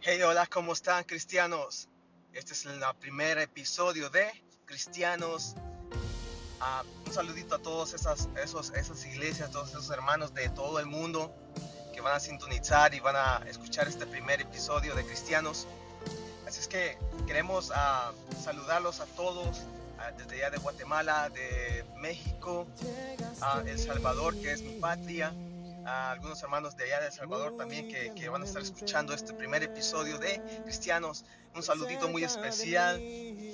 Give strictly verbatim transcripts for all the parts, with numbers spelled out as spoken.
Hey, hola, ¿cómo están, cristianos? Este es el primer episodio de Cristianos. Ah, un saludito a todos esas, esos, esas iglesias, todos esos hermanos de todo el mundo que van a sintonizar y van a escuchar este primer episodio de Cristianos. Así es que queremos ah, saludarlos a todos ah, desde allá de Guatemala, de México, a El Salvador, que es mi patria, a algunos hermanos de allá de El Salvador también que, que van a estar escuchando este primer episodio de Cristianos. Un saludito muy especial.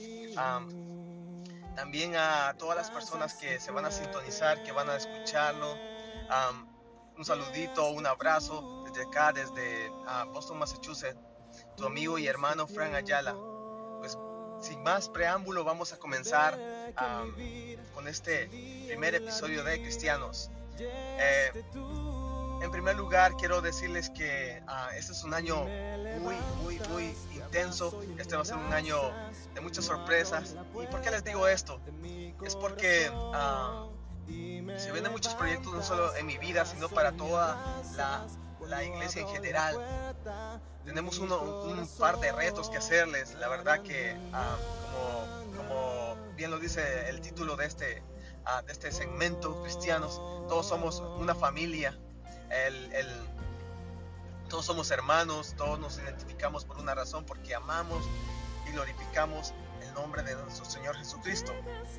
Um, también a todas las personas que se van a sintonizar, que van a escucharlo. Um, un saludito, un abrazo desde acá, desde uh, Boston, Massachusetts, tu amigo y hermano Fran Ayala. Pues sin más preámbulo, vamos a comenzar um, con este primer episodio de Cristianos. Eh, en primer lugar, quiero decirles que uh, este es un año muy, muy, muy intenso. Este va a ser un año de muchas sorpresas. ¿Y por qué les digo esto? Es porque uh, se vienen muchos proyectos no solo en mi vida, sino para toda la, la iglesia en general. Tenemos uno, un par de retos que hacerles. La verdad que, uh, como, como bien lo dice el título de este, uh, de este segmento, Cristianos, todos somos una familia. El, el, todos somos hermanos, todos nos identificamos por una razón, porque amamos y glorificamos el nombre de nuestro Señor Jesucristo.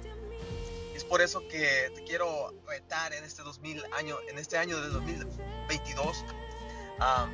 Y es por eso que te quiero retar en este dos mil año, en este año del dos mil veintidós. Uh,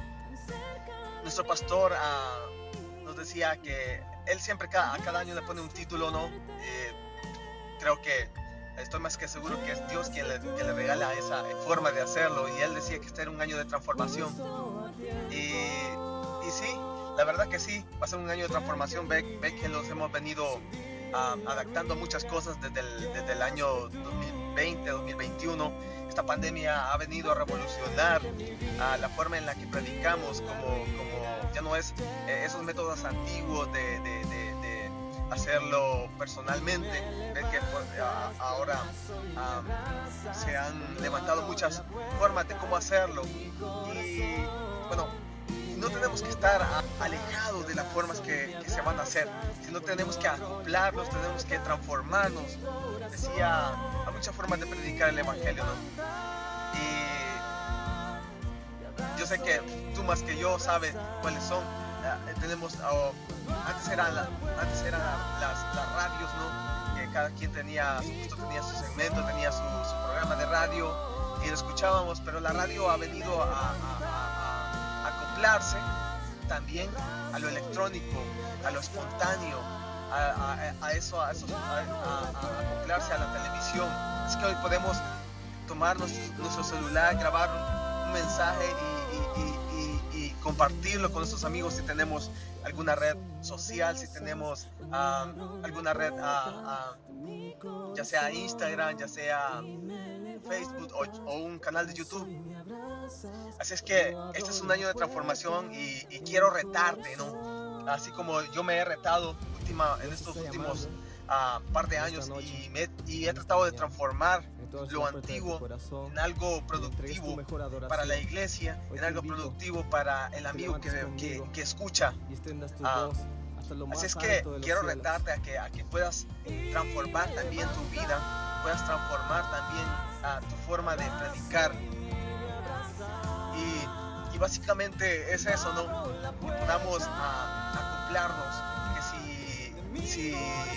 nuestro pastor uh, nos decía que él siempre cada, a cada año le pone un título, ¿no? Eh, creo que estoy más que seguro que es Dios quien le, quien le regala esa forma de hacerlo, y él decía que este era un año de transformación. Y, y sí, la verdad que sí, va a ser un año de transformación. Ve, ve que nos hemos venido uh, adaptando a muchas cosas desde el, desde el año dos mil veinte, dos mil veintiuno. Esta pandemia ha venido a revolucionar uh, la forma en la que predicamos, como, como ya no es eh, esos métodos antiguos de, de, de, de hacerlo personalmente. Ven que pues, uh, ahora um, se han levantado muchas formas de cómo hacerlo. Y bueno, no tenemos que estar alejados de las formas que, que se van a hacer, sino tenemos que acoplarnos, tenemos que transformarnos. Decía, hay muchas formas de predicar el evangelio, ¿no? Y yo sé que tú más que yo sabes cuáles son. Uh, tenemos, uh, antes eran, la, antes eran la, las, las radios, ¿no? Que cada quien tenía, justo tenía su segmento, tenía su, su programa de radio y lo escuchábamos, pero la radio ha venido a, a, a, a acoplarse también a lo electrónico, a lo espontáneo, a, a, a eso, a, eso a, a, a acoplarse a la televisión. Es que hoy podemos tomar nuestro, nuestro celular, grabar un, un mensaje y, y, y, y, y compartirlo con nuestros amigos si tenemos alguna red social, si tenemos uh, alguna red, uh, uh, ya sea Instagram, ya sea Facebook o, o un canal de YouTube. Así es que este es un año de transformación y, y quiero retarte, ¿no? Así como yo me he retado última, en estos últimos uh, par de años y, me, y he tratado de transformar lo antiguo en algo productivo para la iglesia, en algo productivo para el amigo que, que, que escucha. Uh, así es que quiero retarte a que, a que puedas transformar también tu vida, puedas transformar también uh, tu forma de predicar. Y, y básicamente es eso, ¿no? Que podamos a, acoplarnos, que si, si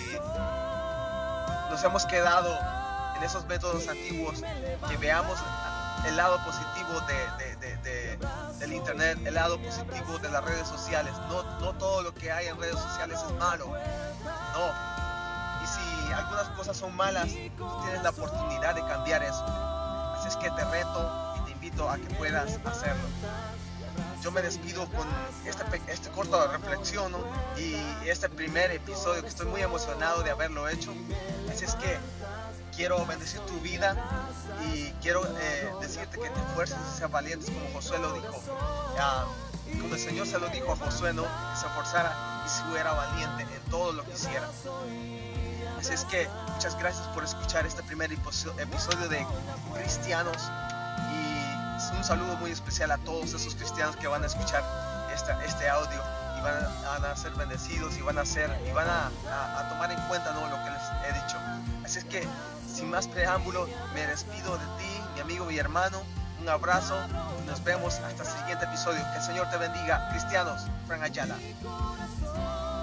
nos hemos quedado en esos métodos antiguos, que veamos el lado positivo de, de, de, de, del internet, el lado positivo de las redes sociales. No, no todo lo que hay en redes sociales es malo, no. Y si algunas cosas son malas, tú tienes la oportunidad de cambiar eso. Así es que te reto y te invito a que puedas hacerlo. Yo me despido con este, este corto de reflexión, ¿no? Y este primer episodio que estoy muy emocionado de haberlo hecho. Así es que quiero bendecir tu vida y quiero eh, decirte que te esfuerces y seas valientes como Josué lo dijo. Uh, como el Señor se lo dijo a Josué, ¿no? Que se esforzara y fuera valiente en todo lo que hiciera. Así es que muchas gracias por escuchar este primer episodio de Cristianos. Y un saludo muy especial a todos esos cristianos que van a escuchar esta, este audio y van a, van a ser bendecidos y van a, ser, y van a, a, a tomar en cuenta, ¿no?, lo que les he dicho. Así es que, sin más preámbulo, me despido de ti, mi amigo, mi hermano. Un abrazo y nos vemos hasta el siguiente episodio. Que el Señor te bendiga. Cristianos, Fran Ayala.